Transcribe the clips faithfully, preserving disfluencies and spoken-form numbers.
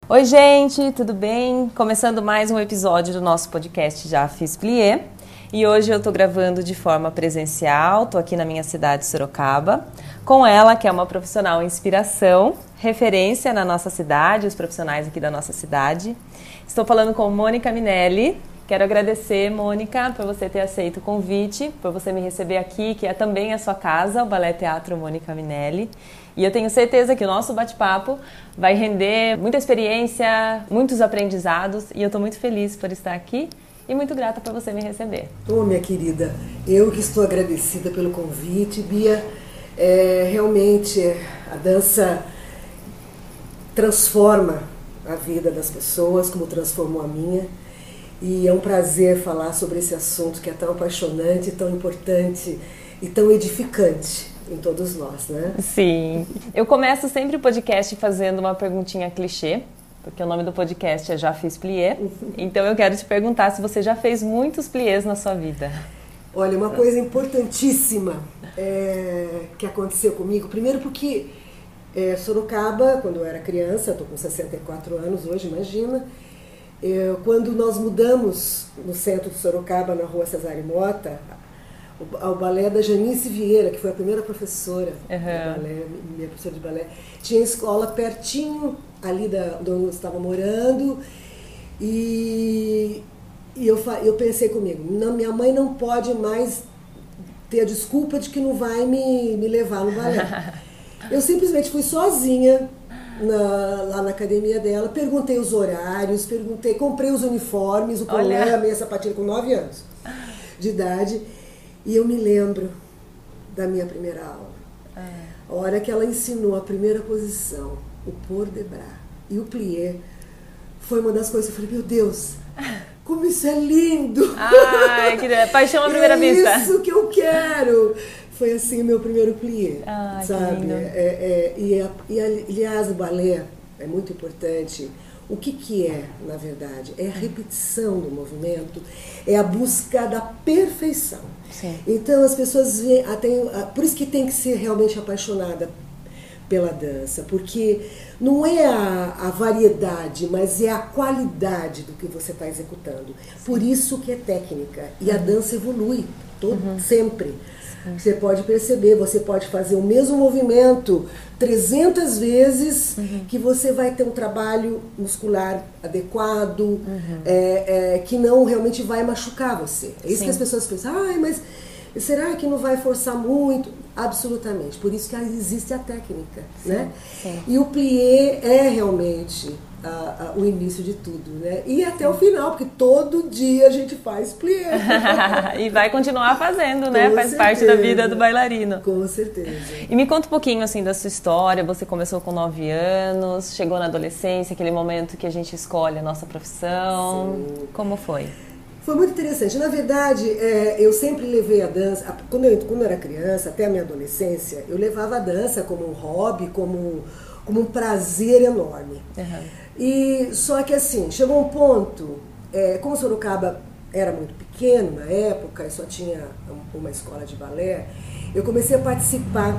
Oi gente, tudo bem? Começando mais um episódio do nosso podcast Já Fiz Plié. E hoje eu estou gravando de forma presencial, estou aqui na minha cidade, Sorocaba, com ela, que é uma profissional inspiração, referência na nossa cidade, os profissionais aqui da nossa cidade. Estou falando com Mônica Minelli. Quero agradecer, Mônica, por você ter aceito o convite, por você me receber aqui, que é também a sua casa, o Balé Teatro Mônica Minelli. E eu tenho certeza que o nosso bate-papo vai render muita experiência, muitos aprendizados, e eu estou muito feliz por estar aqui e muito grata por você me receber. Ô, minha querida, eu que estou agradecida pelo convite, Bia. É, realmente, a dança transforma a vida das pessoas, como transformou a minha. E é um prazer falar sobre esse assunto que é tão apaixonante, tão importante e tão edificante em todos nós, né? Sim. Eu começo sempre o podcast fazendo uma perguntinha clichê, porque o nome do podcast é Já Fiz Plié. Então eu quero te perguntar se você já fez muitos pliés na sua vida. Olha, uma coisa importantíssima é, que aconteceu comigo, primeiro porque é, Sorocaba, quando eu era criança, estou com sessenta e quatro anos hoje, imagina, é, quando nós mudamos no centro de Sorocaba, na rua Cesário Mota, ao balé da Janice Vieira, que foi a primeira professora uhum. de balé, minha professora de balé, tinha escola pertinho ali da, de onde eu estava morando, e, e eu, eu pensei comigo, não, minha mãe não pode mais ter a desculpa de que não vai me, me levar no balé. Eu simplesmente fui sozinha na, lá na academia dela, perguntei os horários, perguntei, comprei os uniformes, o colã, a meia sapatilha com nove anos de idade. E eu me lembro da minha primeira aula. Ah. A hora que ela ensinou a primeira posição, o port de bras e o plié, foi uma das coisas que eu falei, meu Deus, como isso é lindo! Ai, que paixão à primeira é vista! É isso que eu quero! Foi assim o meu primeiro plié, ah, sabe? É, é, e, e, aliás, o balé é muito importante. O que que é, na verdade? É a repetição do movimento, é a busca da perfeição. Sim. Então as pessoas veem, tem, por isso que tem que ser realmente apaixonada pela dança, porque não é a, a variedade, mas é a qualidade do que você está executando. Sim. Por isso que é técnica. E a dança evolui todo, uhum. sempre. Você pode perceber, você pode fazer o mesmo movimento trezentas vezes, uhum. que você vai ter um trabalho muscular adequado, uhum. é, é, que não realmente vai machucar você. É isso Sim. que as pessoas pensam, ah, mas será que não vai forçar muito? Absolutamente, por isso que existe a técnica. Sim. Né? Sim. E o plié é realmente a, a, o início de tudo, né? E até o final, porque todo dia a gente faz plié. E vai continuar fazendo, né? Com Faz certeza. Parte da vida do bailarino. Com certeza. E me conta um pouquinho assim da sua história. Você começou com nove anos, chegou na adolescência, aquele momento que a gente escolhe a nossa profissão. Sim. Como foi? Foi muito interessante. Na verdade, é, eu sempre levei a dança, quando eu, quando eu era criança, até a minha adolescência, eu levava a dança como um hobby, como, como um prazer enorme. Uhum. E só que assim, chegou um ponto, é, como Sorocaba era muito pequeno na época, e só tinha uma escola de balé, eu comecei a participar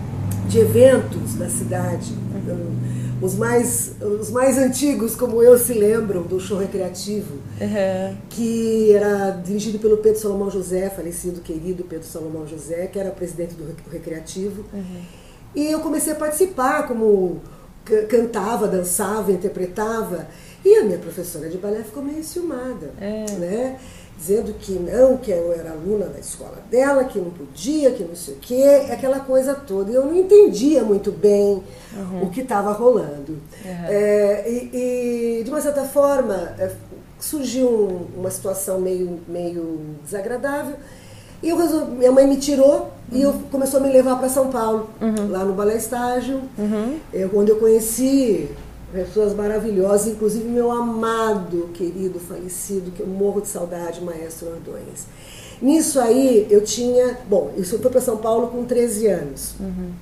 de eventos da cidade. Uhum. Os mais, os mais antigos, como eu, se lembram do show recreativo, uhum. que era dirigido pelo Pedro Salomão José, falecido querido Pedro Salomão José, que era presidente do recreativo. Uhum. E eu comecei a participar, como cantava, dançava, interpretava. E a minha professora de balé ficou meio enciumada, é. né? Dizendo que não, que eu era aluna da escola dela, que não podia, que não sei o quê, aquela coisa toda. E eu não entendia muito bem uhum. o que estava rolando. Uhum. É, e, e, de uma certa forma, surgiu um, uma situação meio, meio desagradável. E eu resolvi, minha mãe me tirou uhum. e eu, começou a me levar para São Paulo, uhum. lá no Balé Estágio, uhum. eu, onde eu conheci pessoas maravilhosas, inclusive meu amado, querido, falecido, que eu morro de saudade, maestro Ordões. Nisso aí, eu tinha... Bom, isso eu fui para São Paulo com treze anos. Uhum.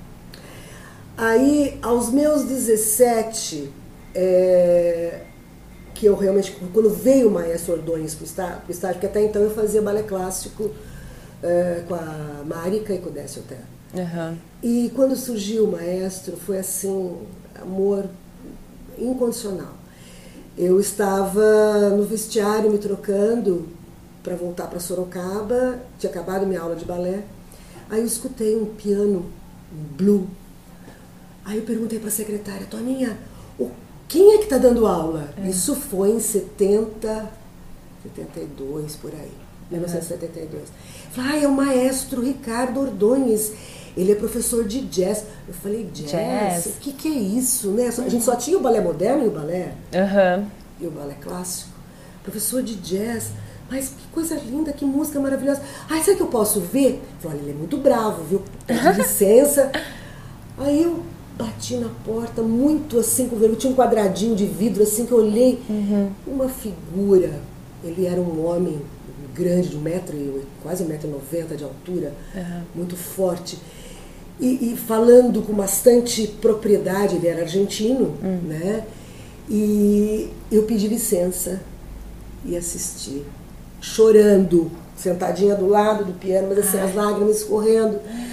Aí, aos meus dezessete, é, que eu realmente... Quando veio o maestro Ordões para o estágio, porque até então eu fazia balé clássico é, com a Marika e com o Décio Terra. Uhum. E quando surgiu o maestro, foi assim, amor incondicional. Eu estava no vestiário me trocando para voltar para Sorocaba, tinha acabado minha aula de balé. Aí eu escutei um piano blue. Aí eu perguntei para a secretária, Toninha, o, quem é que está dando aula? É. Isso foi em setenta, setenta e dois, por aí, mil novecentos e setenta e dois. Falei, ah, é o maestro Ricardo Ordonez, ele é professor de jazz. Eu falei, jazz? jazz. O que, que é isso? Né? A gente só tinha o balé moderno e o balé, uhum. e o balé clássico. Professor de jazz. Mas que coisa linda, que música maravilhosa. Ai, será que eu posso ver? Eu falei, olha, ele é muito bravo, viu? Pede licença. Aí eu bati na porta, muito assim, com o tinha um quadradinho de vidro, assim, que eu olhei. Uhum. Uma figura. Ele era um homem grande, de um metro, quase um metro e noventa de altura, uhum. muito forte. E, e falando com bastante propriedade, ele era argentino, uhum. né? E eu pedi licença e assisti. Chorando, sentadinha do lado do piano, mas assim, as lágrimas escorrendo.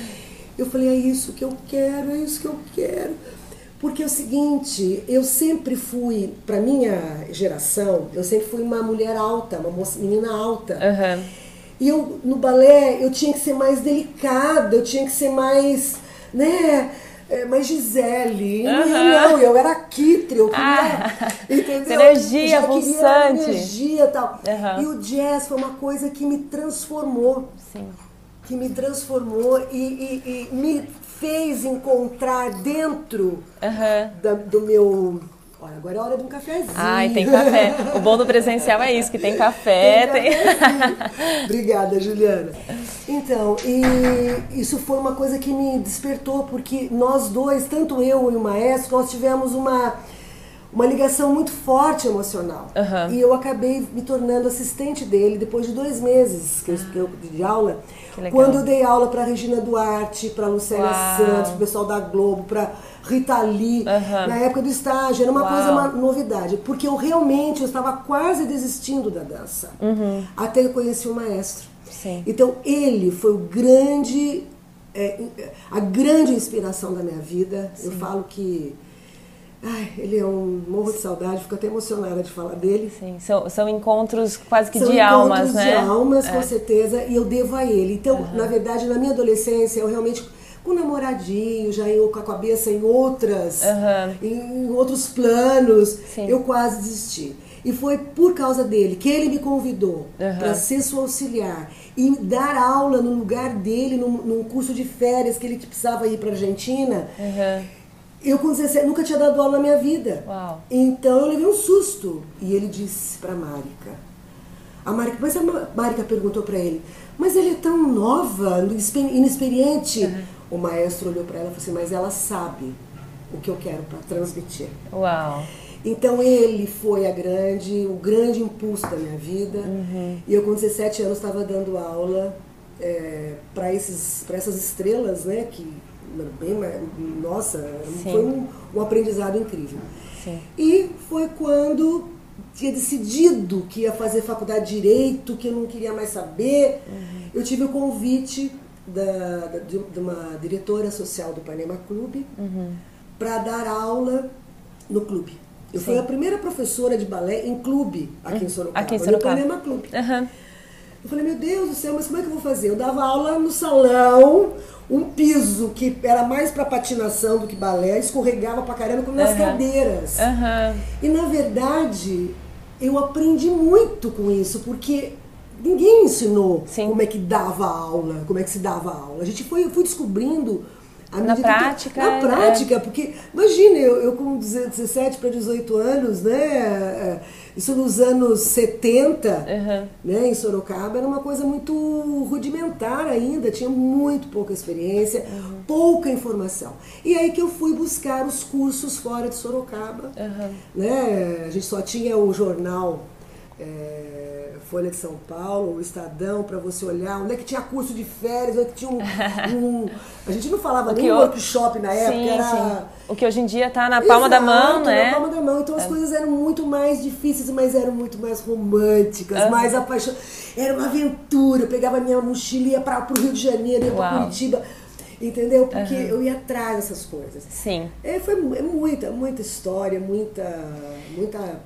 Eu falei, é isso que eu quero, é isso que eu quero. Porque é o seguinte, eu sempre fui, para minha geração, eu sempre fui uma mulher alta, uma moça, menina alta. Uhum. E eu, no balé, eu tinha que ser mais delicada, eu tinha que ser mais, né... É, mas Gisele, uhum. não, eu era quitre, eu queria, ah, entendeu? Energia pulsante. Energia e tal. Uhum. E o jazz foi uma coisa que me transformou. Sim. Que me transformou e, e, e me fez encontrar dentro uhum. da, do meu... Olha, agora é hora de um cafezinho. Ai, tem café. O bom do presencial é isso, que tem café. Tem tem... Obrigada, Juliana. Então, e isso foi uma coisa que me despertou, porque nós dois, tanto eu e o maestro, nós tivemos uma, uma ligação muito forte emocional. Uhum. E eu acabei me tornando assistente dele depois de dois meses que eu, de aula. Quando eu dei aula para Regina Duarte, para Lucélia Uau. Santos, para o pessoal da Globo, para Rita Lee, uhum. na época do estágio, era uma Uau. Coisa, uma novidade. Porque eu realmente eu estava quase desistindo da dança, uhum. até eu conheci o maestro. Sim. Então ele foi o grande, é, a grande inspiração da minha vida. Sim. Eu falo que ai, ele é um morro de saudade, fico até emocionada de falar dele. Sim, são, são encontros quase que são de almas, né? São encontros de almas, é. com certeza, e eu devo a ele. Então, uhum. na verdade, na minha adolescência, eu realmente, com namoradinho, já eu com a cabeça em outras, uhum. em outros planos, Sim. eu quase desisti. E foi por causa dele que ele me convidou uhum. para ser sua auxiliar e dar aula no lugar dele, num, num curso de férias que ele precisava ir para a Argentina. Uhum. Eu com dezessete nunca tinha dado aula na minha vida. Uau. Então eu levei um susto. E ele disse para a Márika. A Márika, mas a Márika perguntou para ele, mas ele é tão nova, inexperiente. Uhum. O maestro olhou para ela e falou assim, mas ela sabe o que eu quero para transmitir. Uau. Então ele foi a grande, o grande impulso da minha vida. Uhum. E eu com dezessete anos estava dando aula é, para essas estrelas, né? Que, bem, nossa, Sim. foi um, um aprendizado incrível. Sim. E foi quando tinha decidido que ia fazer faculdade de Direito, que eu não queria mais saber. Uhum. Eu tive o convite da, da, de, de uma diretora social do Ipanema Clube uhum. para dar aula no clube. Eu Sim. fui a primeira professora de balé em clube aqui em Sorocaba, aqui em Sorocaba. no Ipanema Clube. Uhum. Eu falei, meu Deus do céu, mas como é que eu vou fazer? Eu dava aula no salão, um piso que era mais para patinação do que balé, escorregava pra caramba como nas uhum. cadeiras. Uhum. E na verdade, eu aprendi muito com isso, porque ninguém ensinou Sim. como é que dava aula, como é que se dava aula. A gente foi, foi descobrindo a na prática. Na prática, é. Porque, imagina, eu, eu com dezessete para dezoito anos, né? Isso nos anos setenta, uhum. né, em Sorocaba, era uma coisa muito rudimentar ainda, tinha muito pouca experiência, uhum. pouca informação. E aí que eu fui buscar os cursos fora de Sorocaba, uhum. né? A gente só tinha o jornal é, Folha de São Paulo, o Estadão, para você olhar onde é que tinha curso de férias, onde é que tinha um... um a gente não falava nem eu... workshop na época, sim, era... Sim. O que hoje em dia está na palma Exato, da mão, né? na palma da mão. Então as é. coisas eram muito mais difíceis, mas eram muito mais românticas, uhum. mais apaixonadas. Era uma aventura, eu pegava minha mochila e ia para o Rio de Janeiro, ia para Curitiba, entendeu? Porque uhum. eu ia atrás dessas coisas. Sim. É, foi é muita, muita história, muita... muita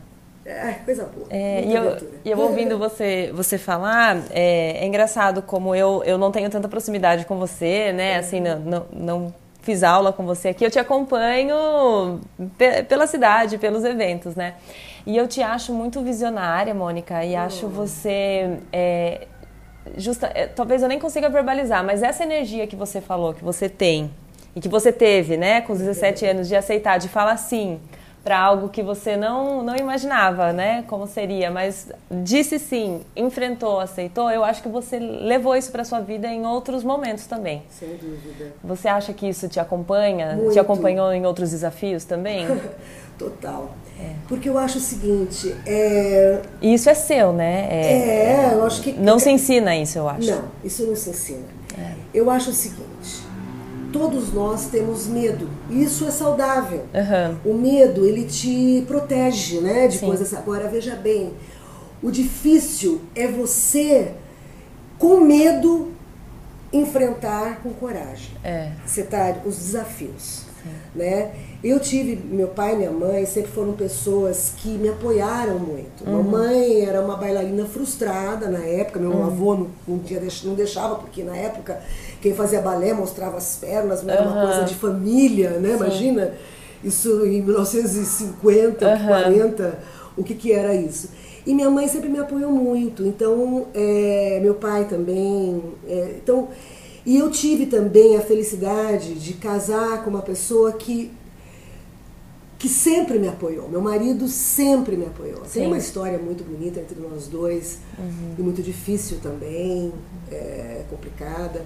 É, coisa boa. É, e, eu, e eu ouvindo você, você falar, é, é engraçado como eu, eu não tenho tanta proximidade com você, né? Assim, não, não, não fiz aula com você aqui, eu te acompanho pe pela cidade, pelos eventos, né? E eu te acho muito visionária, Mônica, e acho você... É, justa, é, talvez eu nem consiga verbalizar, mas essa energia que você falou, que você tem, e que você teve, né, com os dezessete anos, de aceitar, de falar sim para algo que você não, não imaginava, né, como seria, mas disse sim, enfrentou, aceitou, eu acho que você levou isso para sua vida em outros momentos também. Sem dúvida. Você acha que isso te acompanha? Muito. Te acompanhou em outros desafios também? Total. É. Porque eu acho o seguinte... É... E isso é seu, né? É, é, eu acho que... Não se ensina isso, eu acho. Não, isso não se ensina. É. Eu acho o seguinte... Todos nós temos medo. Isso é saudável. Uhum. O medo, ele te protege, né? De Sim. coisas... Agora, veja bem. O difícil é você, com medo, enfrentar com coragem. É. Você tá... Os desafios. Sim. Né? Eu tive, meu pai e minha mãe sempre foram pessoas que me apoiaram muito. Uhum. Mamãe era uma bailarina frustrada na época, meu uhum. avô não, não, não deixava, porque na época quem fazia balé mostrava as pernas, não era uhum. uma coisa de família, né? Imagina, isso em mil novecentos e cinquenta, uhum. quarenta, o que que era isso? E minha mãe sempre me apoiou muito, então, é, meu pai também, é, então... E eu tive também a felicidade de casar com uma pessoa que, que sempre me apoiou. Meu marido sempre me apoiou. Sim. Tem uma história muito bonita entre nós dois, uhum. e muito difícil também, é, complicada.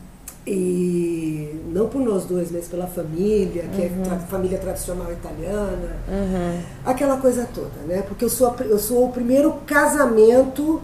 E não por nós dois, mas pela família, que uhum. é tra família tradicional italiana, uhum. aquela coisa toda, né? Porque eu sou, a, eu sou o primeiro casamento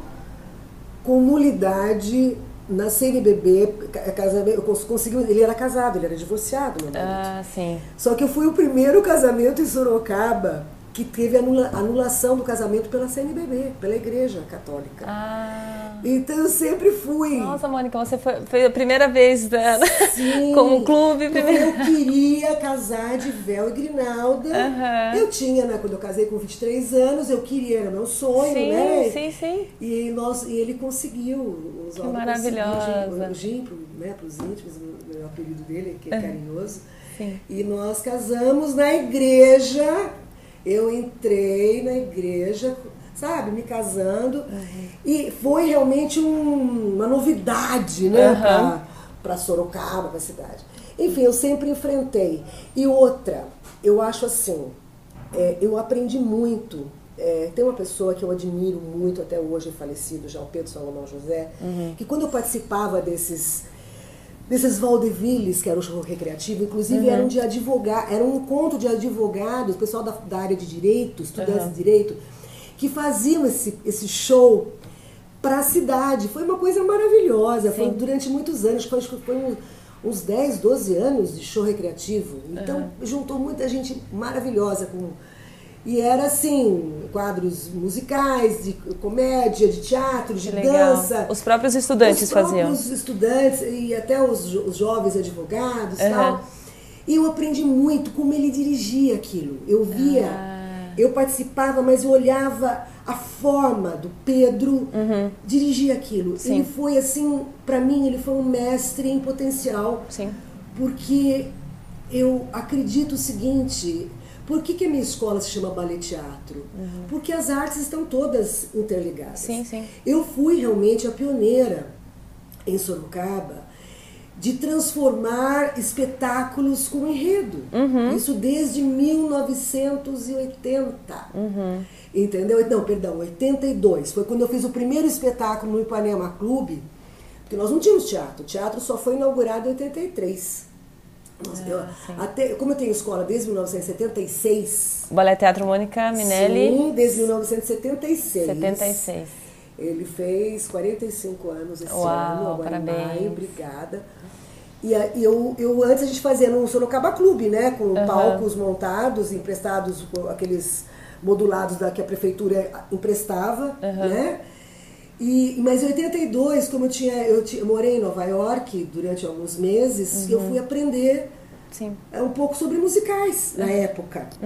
com nulidade na C N B B, eu consegui, ele era casado, ele era divorciado, meu marido. Ah, sim. Só que eu fui o primeiro casamento em Sorocaba que teve anula, anulação do casamento pela C N B B, pela Igreja Católica. Ah. Então eu sempre fui. Nossa, Mônica, você foi, foi a primeira vez da, Sim, como clube. Primeiro. Eu queria casar de véu e grinalda. Uhum. Eu tinha, né, quando eu casei com vinte e três anos, eu queria, era meu sonho, sim, né? Sim, sim, E, nós, e ele conseguiu. Os que maravilhosa. O Jim, pro, né, para os íntimos, o apelido dele, que é uhum. carinhoso. Sim. E nós casamos na igreja. Eu entrei na igreja, sabe, me casando, uhum. e foi realmente um, uma novidade, né, uhum. para Sorocaba, para a cidade. Enfim, eu sempre enfrentei. E outra, eu acho assim, é, eu aprendi muito. É, tem uma pessoa que eu admiro muito até hoje, falecido já, o Pedro Salomão José, uhum. que quando eu participava desses... desses vaudevilles, que era o show recreativo, inclusive uhum. era um de advogado, era um encontro de advogados, pessoal da, da área de direito, estudantes uhum. de direito, que faziam esse, esse show para a cidade. Foi uma coisa maravilhosa, Sim. foi durante muitos anos, foi, acho que foi uns, uns dez, doze anos de show recreativo. Então uhum. juntou muita gente maravilhosa com... E era assim, quadros musicais, de comédia, de teatro, de dança. Os próprios estudantes os faziam. Os próprios estudantes e até os, os jovens advogados e uhum. tal. E eu aprendi muito como ele dirigia aquilo. Eu via, ah. eu participava, mas eu olhava a forma do Pedro uhum. dirigir aquilo. Sim. Ele foi assim, para mim, ele foi um mestre em potencial. Sim. Porque eu acredito o seguinte... Por que, que a minha escola se chama Ballet Teatro? Uhum. Porque as artes estão todas interligadas. Sim, sim. Eu fui realmente a pioneira em Sorocaba de transformar espetáculos com enredo. Uhum. Isso desde mil novecentos e oitenta. Uhum. Entendeu? Não, perdão, oitenta e dois. Foi quando eu fiz o primeiro espetáculo no Ipanema Clube, porque nós não tínhamos teatro. O teatro só foi inaugurado em oitenta e três. Nossa, ah, eu, até, como eu tenho escola desde mil novecentos e setenta e seis... Ballet Teatro Mônica Minelli... Sim, desde mil novecentos e setenta e seis. setenta e seis. Ele fez quarenta e cinco anos esse Uau, ano, agora parabéns. em maio, obrigada. E eu, eu, antes a gente fazia no Sorocaba Clube, né, com uhum. palcos montados, emprestados, aqueles modulados da, que a prefeitura emprestava, uhum. né? E, mas em oitenta e dois, como eu, tinha, eu, tinha, eu morei em Nova York durante alguns meses, uhum. eu fui aprender Sim. um pouco sobre musicais uhum. na época. Uhum.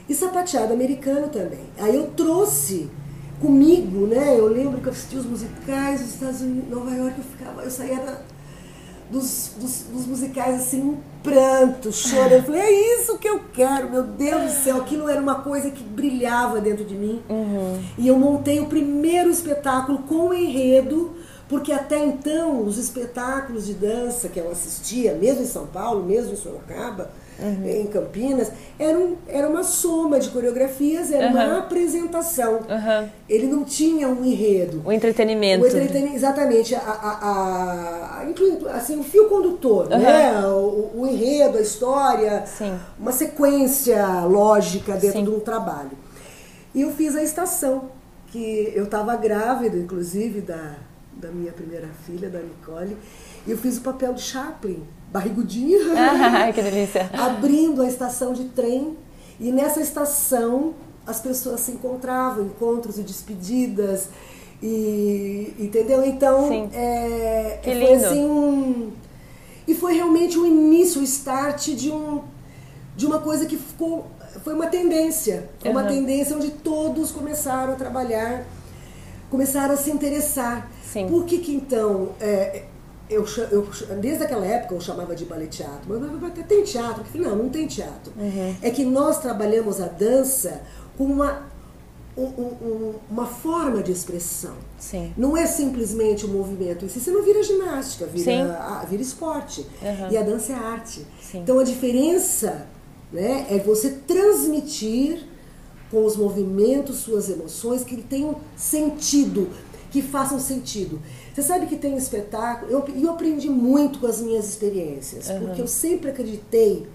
E sapateado americano também. Aí eu trouxe comigo, né? Eu lembro que eu assisti os musicais dos Estados Unidos, Nova York, eu ficava, eu saía da, dos, dos, dos musicais assim, um pranto, chorando. Eu falei, é isso que eu quero, meu Deus do céu. Aquilo era uma coisa que brilhava dentro de mim. Uhum. E eu montei o primeiro espetáculo com enredo, porque até então os espetáculos de dança que eu assistia, mesmo em São Paulo, mesmo em Sorocaba, uhum. em Campinas, era, um, era uma soma de coreografias, era uhum. uma apresentação. Uhum. Ele não tinha um enredo. O entretenimento. O entretenimento, exatamente. A, a, a, a, assim, o fio condutor, uhum. né? O, o enredo, a história, Sim. uma sequência lógica dentro Sim. de um trabalho. E eu fiz a estação, que eu estava grávida, inclusive, da... da minha primeira filha, da Nicole, e eu fiz o papel de Chaplin, barrigudinha, ah, que delícia. abrindo a estação de trem, e nessa estação as pessoas se encontravam, encontros e despedidas, e, entendeu? Então, é, que foi lindo. assim um, e foi realmente o início, o start de, um, de uma coisa que ficou, foi uma tendência, foi uhum. uma tendência onde todos começaram a trabalhar, começaram a se interessar. Sim. Por que que então, é, eu, eu, desde aquela época eu chamava de ballet teatro, mas tem teatro? Eu falei, não, não tem teatro. Uhum. É que nós trabalhamos a dança com uma, um, um, uma forma de expressão. Sim. Não é simplesmente um movimento em si, você não vira ginástica, vira, a, vira esporte. Uhum. E a dança é arte. Sim. Então a diferença, né, é você transmitir com os movimentos suas emoções que tenham sentido, que façam sentido. Você sabe que tem um espetáculo, eu, eu aprendi muito com as minhas experiências, uhum. porque eu sempre acreditei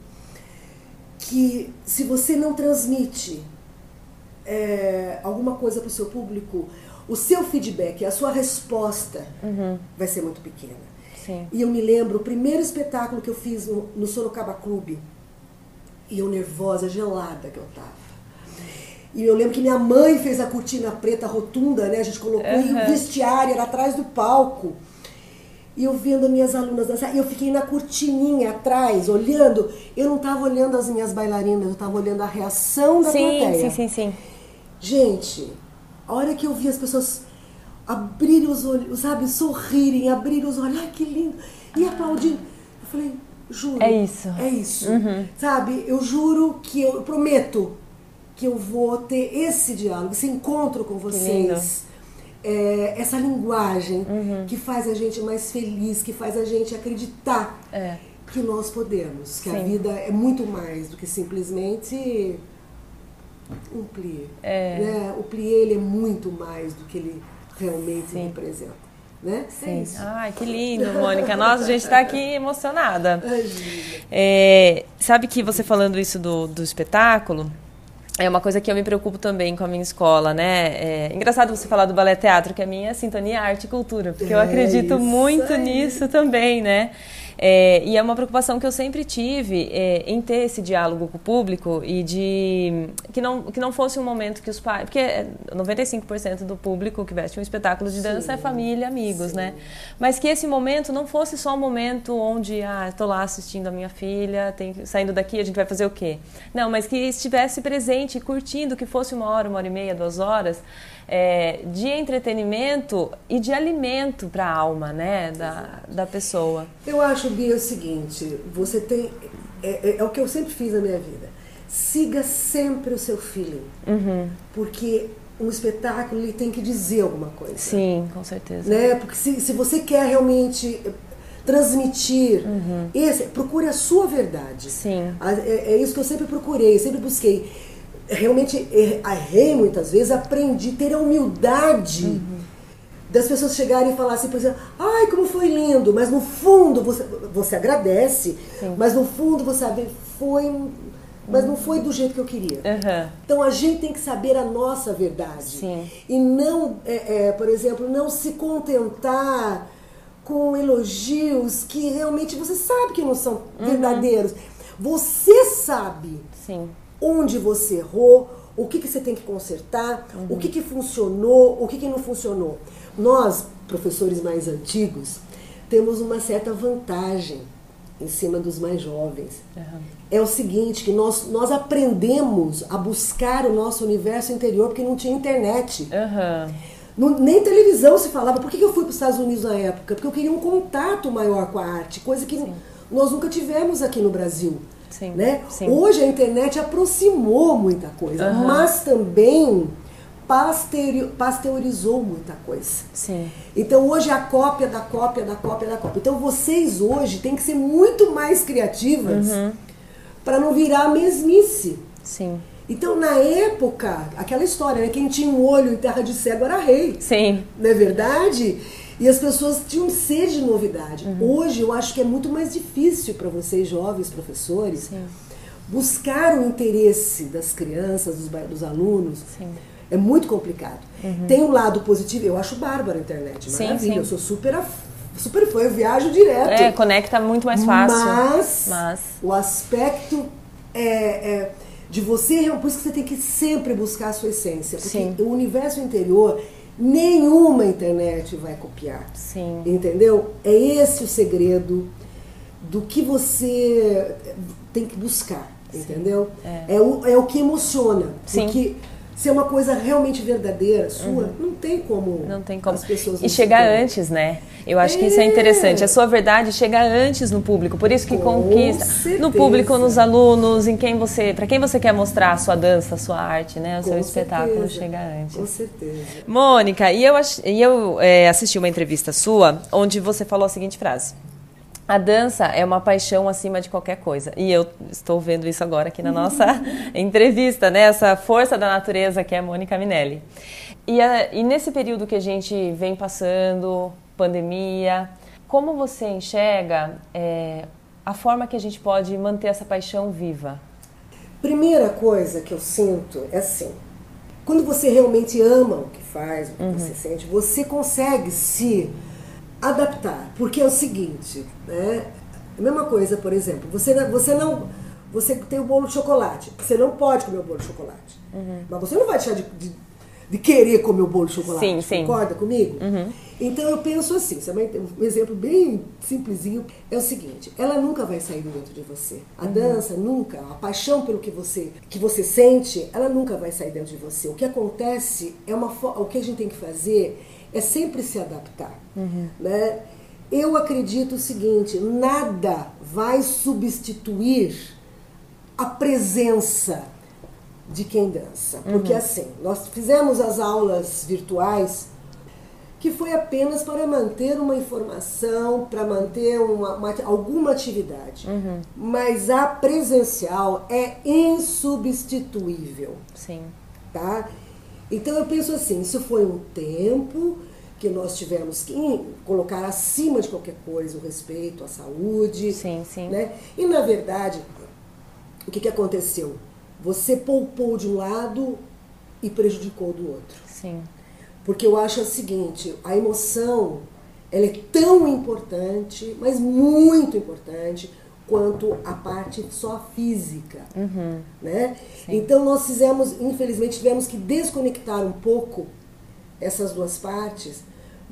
que se você não transmite é, alguma coisa para o seu público, o seu feedback, a sua resposta uhum. vai ser muito pequena. Sim. E eu me lembro, o primeiro espetáculo que eu fiz no, no Sorocaba Clube, e eu nervosa, gelada que eu tava. E eu lembro que minha mãe fez a cortina preta rotunda, né? A gente colocou uhum. e o vestiário era atrás do palco. E eu vendo as minhas alunas dançar. E eu fiquei na cortininha atrás, olhando. Eu não estava olhando as minhas bailarinas, eu estava olhando a reação da sim, plateia. Sim, sim, sim. Gente, a hora que eu vi as pessoas abrirem os olhos, sabe? Sorrirem, abrirem os olhos. Ai, que lindo. E aplaudindo. Eu falei, juro. É isso. É isso. Uhum. Sabe? Eu juro que eu, eu prometo que eu vou ter esse diálogo, esse encontro com vocês, é, essa linguagem uhum. que faz a gente mais feliz, que faz a gente acreditar é. que nós podemos, que Sim. a vida é muito mais do que simplesmente um plié. É. Né? O plié ele é muito mais do que ele realmente Sim. representa. Né? Sim. É isso. Ai, que lindo, Mônica. Nossa, a gente está aqui emocionada. É, sabe que você falando isso do, do espetáculo, é uma coisa que eu me preocupo também com a minha escola, né? É engraçado você falar do balé teatro, que a minha sintonia é arte e cultura, porque é eu acredito muito aí. nisso também, né? É, e é uma preocupação que eu sempre tive é, em ter esse diálogo com o público e de que não, que não fosse um momento que os pais... Porque noventa e cinco por cento do público que veste um espetáculo de dança sim, é família, amigos, sim. né? Mas que esse momento não fosse só um momento onde, ah, estou lá assistindo a minha filha, tem, saindo daqui a gente vai fazer o quê? Não, mas que estivesse presente, curtindo, que fosse uma hora, uma hora e meia, duas horas... É, de entretenimento e de alimento para a alma, né, da, da pessoa. Eu acho, Bia, o seguinte, você tem, é, é, é o que eu sempre fiz na minha vida, siga sempre o seu feeling, uhum. porque um espetáculo ele tem que dizer alguma coisa. Sim, com certeza. Né? Porque se, se você quer realmente transmitir, uhum. esse, procure a sua verdade. Sim. É, é isso que eu sempre procurei, sempre busquei. Realmente errei muitas vezes, aprendi a ter a humildade uhum. das pessoas chegarem e falar assim, por exemplo, ai, como foi lindo, mas no fundo você, você agradece, Sim. mas no fundo você sabe, foi, mas não foi do jeito que eu queria. Uhum. Então a gente tem que saber a nossa verdade. Sim. E não, é, é, por exemplo, não se contentar com elogios que realmente você sabe que não são uhum. verdadeiros. Você sabe. Sim. Onde você errou, o que, que você tem que consertar, uhum. o que, que funcionou, o que, que não funcionou. Nós, professores mais antigos, temos uma certa vantagem em cima dos mais jovens. Uhum. É o seguinte, que nós, nós aprendemos a buscar o nosso universo interior porque não tinha internet. Uhum. Não, nem televisão se falava. Por que eu fui para os Estados Unidos na época? Porque eu queria um contato maior com a arte, coisa que Sim. nós nunca tivemos aqui no Brasil. Sim. Né? Sim. Hoje a internet aproximou muita coisa, uhum. mas também pasteurizou muita coisa. Sim. Então hoje é a cópia da cópia da cópia da cópia. Então vocês hoje têm que ser muito mais criativas uhum. para não virar mesmice. Sim. Então na época, aquela história, né? Quem tinha um olho em terra de cego era rei. Sim. Não é verdade? E as pessoas tinham sede de novidade. Uhum. Hoje eu acho que é muito mais difícil para vocês jovens professores Sim. buscar o interesse das crianças, dos, dos alunos. Sim. É muito complicado. Uhum. Tem um lado positivo, eu acho bárbaro a internet, maravilha. Sim, sim. Eu sou super, super fã, eu viajo direto. É, conecta muito mais fácil. Mas, mas... o aspecto é, é de você, por isso que você tem que sempre buscar a sua essência. Porque sim. o universo interior, nenhuma internet vai copiar. Sim. Entendeu? É esse o segredo do que você tem que buscar. Sim. Entendeu? É. É, o, é o que emociona. Sim. Porque se é uma coisa realmente verdadeira, sua, uhum. não tem como, não tem como. as pessoas... E chegar antes, né? Eu acho é. que isso é interessante. A sua verdade chega antes no público. Por isso que Com conquista certeza. No público, nos alunos, em quem você, para quem você quer mostrar a sua dança, a sua arte, né? O Com seu espetáculo certeza. chega antes. Com certeza. Mônica, e eu, e eu é, assisti uma entrevista sua onde você falou a seguinte frase: a dança é uma paixão acima de qualquer coisa. E eu estou vendo isso agora aqui na nossa entrevista, né? Essa força da natureza que é a Mônica Minelli. E, a, e nesse período que a gente vem passando, pandemia, como você enxerga é, a forma que a gente pode manter essa paixão viva? Primeira coisa que eu sinto é assim, quando você realmente ama o que faz, o que uhum. você sente, você consegue se adaptar, porque é o seguinte, né? A mesma coisa, por exemplo, você, você não, você tem o bolo de chocolate, você não pode comer o bolo de chocolate, uhum. mas você não vai deixar de, de, de querer comer o bolo de chocolate, sim, sim. concorda comigo? Uhum. Então eu penso assim, um exemplo bem simplesinho, é o seguinte, ela nunca vai sair de dentro de você, a uhum. dança nunca, a paixão pelo que você, que você sente, ela nunca vai sair dentro de você. O que acontece, é uma, o que a gente tem que fazer é sempre se adaptar. Uhum. Né? Eu acredito o seguinte, nada vai substituir a presença de quem dança. Porque uhum. assim, nós fizemos as aulas virtuais que foi apenas para manter uma informação, para manter uma, uma, alguma atividade. Uhum. Mas a presencial é insubstituível. Sim. Tá? Então eu penso assim, isso foi um tempo que nós tivemos que colocar acima de qualquer coisa o respeito à saúde. Sim, sim. Né? E na verdade, o que, que aconteceu? Você poupou de um lado e prejudicou do outro. Sim. Porque eu acho o seguinte, a emoção, ela é tão importante, mas muito importante, quanto a parte só física, uhum. né? Então nós fizemos, infelizmente, tivemos que desconectar um pouco essas duas partes,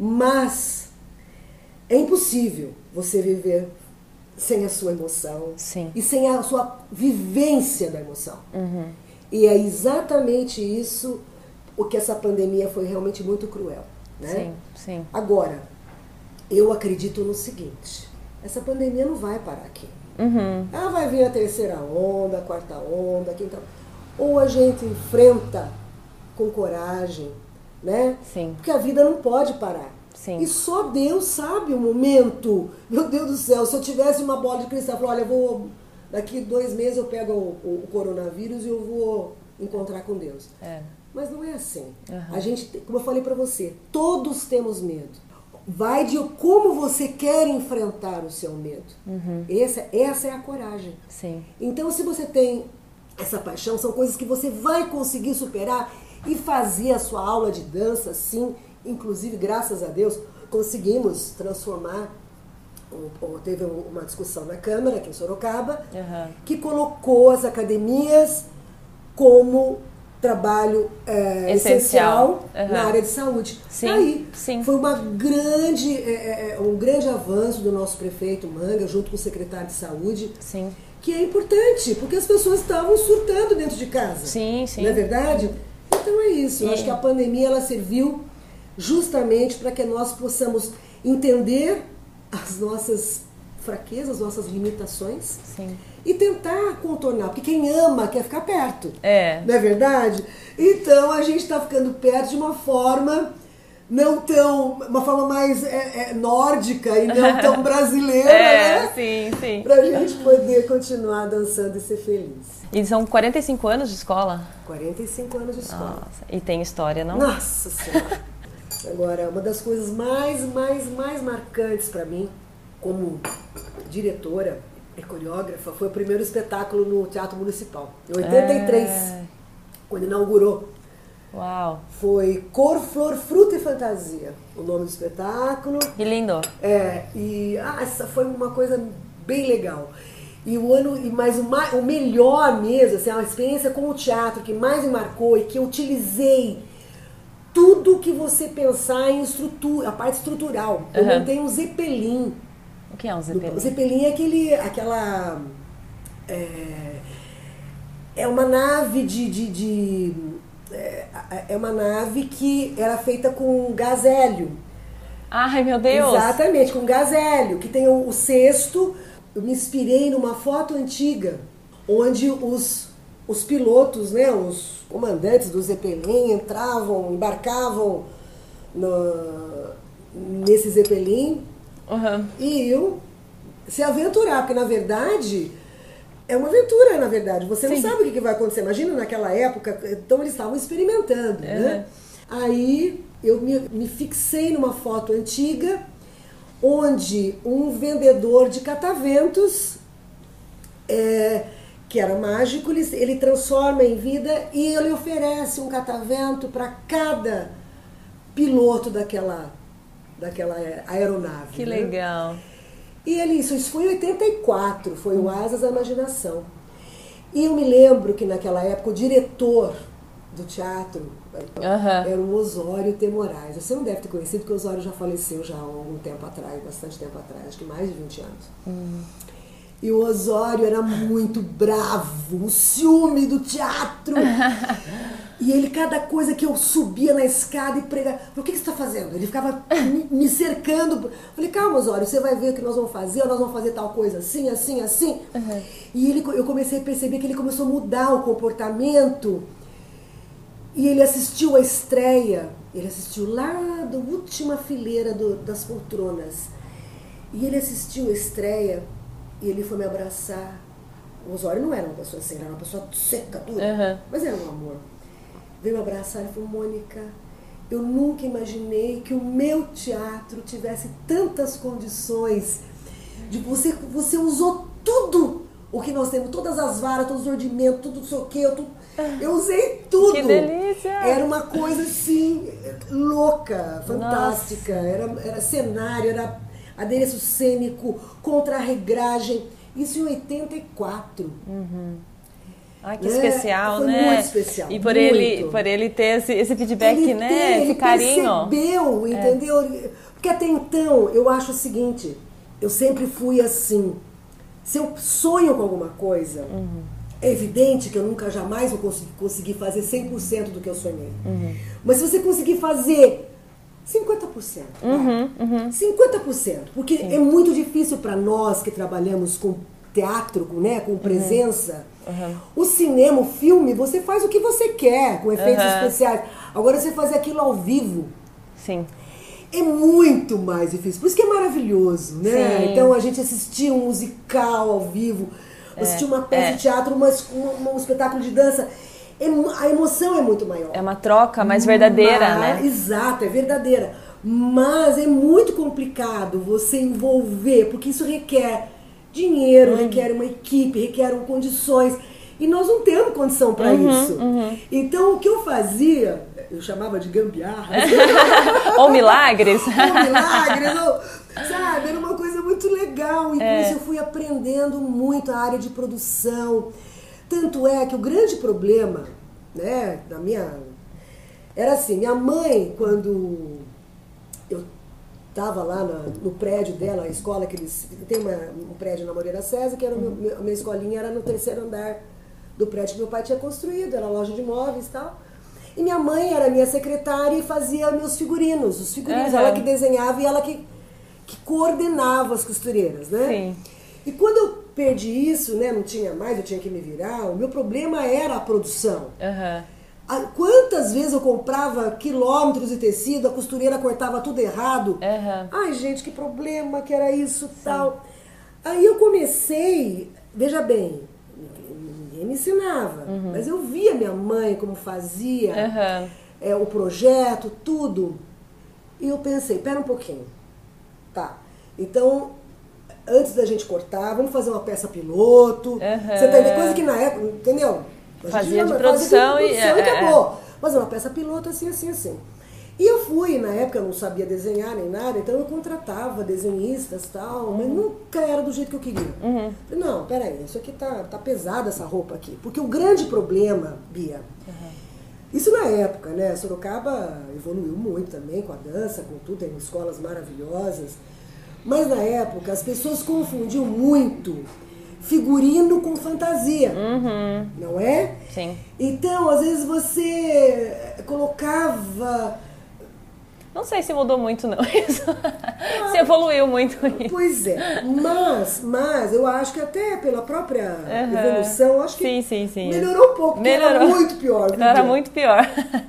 mas é impossível você viver sem a sua emoção Sim. e sem a sua vivência da emoção. Uhum. E é exatamente isso o que essa pandemia foi realmente muito cruel, né? Sim, sim. Agora, eu acredito no seguinte, essa pandemia não vai parar aqui. Uhum. Ela vai vir a terceira onda, a quarta onda, a quinta. Ou a gente enfrenta com coragem, né? Sim. Porque a vida não pode parar. Sim. E só Deus sabe o momento. Meu Deus do céu, se eu tivesse uma bola de cristal, eu falo, olha, eu vou, daqui dois meses eu pego o, o, o coronavírus e eu vou encontrar com Deus. É. Mas não é assim. Uhum. A gente, como eu falei pra você, todos temos medo. Vai de como você quer enfrentar o seu medo. Uhum. Essa, essa é a coragem. Sim. Então, se você tem essa paixão, são coisas que você vai conseguir superar e fazer a sua aula de dança, sim. Inclusive, graças a Deus, conseguimos transformar. Teve uma discussão na Câmara, aqui em Sorocaba, uhum. que colocou as academias como trabalho é, essencial, essencial uhum. na área de saúde. Sim, Aí, sim. foi uma grande, é, é, um grande avanço do nosso prefeito Manga, junto com o secretário de saúde, sim. que é importante, porque as pessoas estavam surtando dentro de casa. Sim, sim. Não é verdade? Então é isso. Eu E... acho que a pandemia ela serviu justamente para que nós possamos entender as nossas fraquezas, as nossas limitações. Sim. E tentar contornar, porque quem ama quer ficar perto. É. Não é verdade? Então a gente está ficando perto de uma forma não tão, uma forma mais é, é, nórdica e não tão brasileira, é, né? Sim, sim. Pra gente poder continuar dançando e ser feliz. E são quarenta e cinco anos de escola? quarenta e cinco anos de escola. Nossa, e tem história, não? Nossa Senhora! Agora, uma das coisas mais, mais, mais marcantes para mim, como diretora e coreógrafa, foi o primeiro espetáculo no Teatro Municipal, em oitenta e três, é... quando inaugurou. Uau! Foi Cor, Flor, Fruta e Fantasia, o nome do espetáculo. Que lindo! É, e ah, essa foi uma coisa bem legal. E o ano, e mais o, mais, o melhor mesmo, assim, a experiência com o teatro que mais me marcou e que eu utilizei tudo que você pensar em estrutura, a parte estrutural. Eu uhum. montei um Zeppelin. O que é um Zeppelin? O Zeppelin é aquele, aquela... É, é uma nave de... de, de é, é uma nave que era feita com gás hélio. Ai, meu Deus! Exatamente, com gás hélio, que tem o, o cesto. Eu me inspirei numa foto antiga, onde os, os pilotos, né, os comandantes do Zeppelin entravam, embarcavam no, nesse Zeppelin uhum. e iam se aventurar, porque na verdade é uma aventura, na verdade. Você Sim. não sabe o que vai acontecer. Imagina naquela época, então eles estavam experimentando, uhum. né? Aí eu me, me fixei numa foto antiga, onde um vendedor de cataventos, é, que era mágico, ele, ele transforma em vida e ele oferece um catavento para cada piloto daquela, daquela aeronave. Que né? legal! E ele, isso, isso foi em oitenta e quatro, foi o Asas da Imaginação. E eu me lembro que naquela época o diretor do teatro uhum. era o Osório T. Moraes. Você não deve ter conhecido, porque o Osório já faleceu já há algum tempo atrás, bastante tempo atrás, acho que mais de vinte anos. Uhum. E o Osório era muito bravo, o ciúme do teatro. E ele, cada coisa que eu subia na escada e pregava, o que, que você está fazendo? Ele ficava me cercando. Falei, calma, Osório, você vai ver o que nós vamos fazer, ou nós vamos fazer tal coisa assim, assim, assim. Uhum. E ele, eu comecei a perceber que ele começou a mudar o comportamento. E ele assistiu a estreia, ele assistiu lá da última fileira do, das poltronas. E ele assistiu a estreia e ele foi me abraçar. O Osório não era uma pessoa assim, era uma pessoa seca, dura, uhum. mas era um amor. Veio me abraçar e falou, Mônica, eu nunca imaginei que o meu teatro tivesse tantas condições. De você, você usou tudo o que nós temos, todas as varas, todos os ordimentos, tudo isso aqui, eu, tudo, eu usei tudo. Que delícia! Era uma coisa assim, louca, fantástica. Era, era cenário, era adereço cênico, contra-regragem. Isso em oitenta e quatro. Uhum. Ai, que né? especial, Foi né? Muito especial. E por, muito. Ele, por ele ter esse, esse feedback, ele né? Tem, esse ele carinho. percebeu, entendeu? É. Porque até então, eu acho o seguinte, eu sempre fui assim, se eu sonho com alguma coisa, uhum. é evidente que eu nunca jamais vou conseguir, conseguir fazer cem por cento do que eu sonhei. Uhum. Mas se você conseguir fazer cinquenta por cento, uhum, uhum. cinquenta por cento, porque Sim. é muito difícil para nós que trabalhamos com teatro, com, né, com presença, uhum. o cinema, o filme, você faz o que você quer, com efeitos uhum. especiais. Agora você fazer aquilo ao vivo, Sim. é muito mais difícil. Por isso que é maravilhoso, né? Sim. Então a gente assistir um musical ao vivo, é. assistir uma peça é. de teatro, uma, uma, um espetáculo de dança, é, a emoção é muito maior. É uma troca mais verdadeira, Mas, né? Exato, é verdadeira. Mas é muito complicado você envolver, porque isso requer dinheiro, uhum. requer uma equipe, requer condições. E nós não temos condição para uhum, isso. Uhum. Então o que eu fazia, eu chamava de gambiarra. Ou milagres. Ou milagres, ou, sabe? Era uma coisa muito legal. E é. por isso eu fui aprendendo muito a área de produção. Tanto é que o grande problema né? Da minha... Era assim, minha mãe, quando eu estava lá no, no prédio dela, a escola que eles... Tem uma, um prédio na Moreira César, que era o meu, a minha escolinha era no terceiro andar do prédio que meu pai tinha construído, era loja de móveis e tal. E minha mãe era minha secretária e fazia meus figurinos, os figurinos, uhum. Ela que desenhava e ela que, que coordenava as costureiras, né? Sim. E quando eu perdi isso, né, não tinha mais, eu tinha que me virar, o meu problema era a produção. Uhum. Quantas vezes eu comprava quilômetros de tecido, a costureira cortava tudo errado. Uhum. Ai, gente, que problema que era isso e tal. Aí eu comecei, veja bem, ninguém me ensinava, uhum. Mas eu via minha mãe como fazia uhum. é, o projeto, tudo. E eu pensei, pera um pouquinho. Tá, então, antes da gente cortar, vamos fazer uma peça piloto. Uhum. Você tá entendendo? Coisa que na época, entendeu? A fazia de fazia produção, de produção e, e acabou. Mas uma peça piloto assim, assim, assim. E eu fui, na época eu não sabia desenhar nem nada, então eu contratava desenhistas e tal, uhum. Mas nunca era do jeito que eu queria. Uhum. Falei, não, peraí, isso aqui tá, tá pesada essa roupa aqui. Porque o grande problema, Bia, uhum. Isso na época, né? Sorocaba evoluiu muito também com a dança, com tudo, tem escolas maravilhosas. Mas na época as pessoas confundiam muito figurino com fantasia, uhum. Não é? Sim. Então, às vezes você colocava... Não sei se mudou muito, não. Isso. Ah, se evoluiu muito isso. Pois é, mas, mas eu acho que até pela própria uhum. evolução, eu acho que sim, sim, sim. melhorou um pouco, melhorou. Era muito pior. Viu? Era muito pior.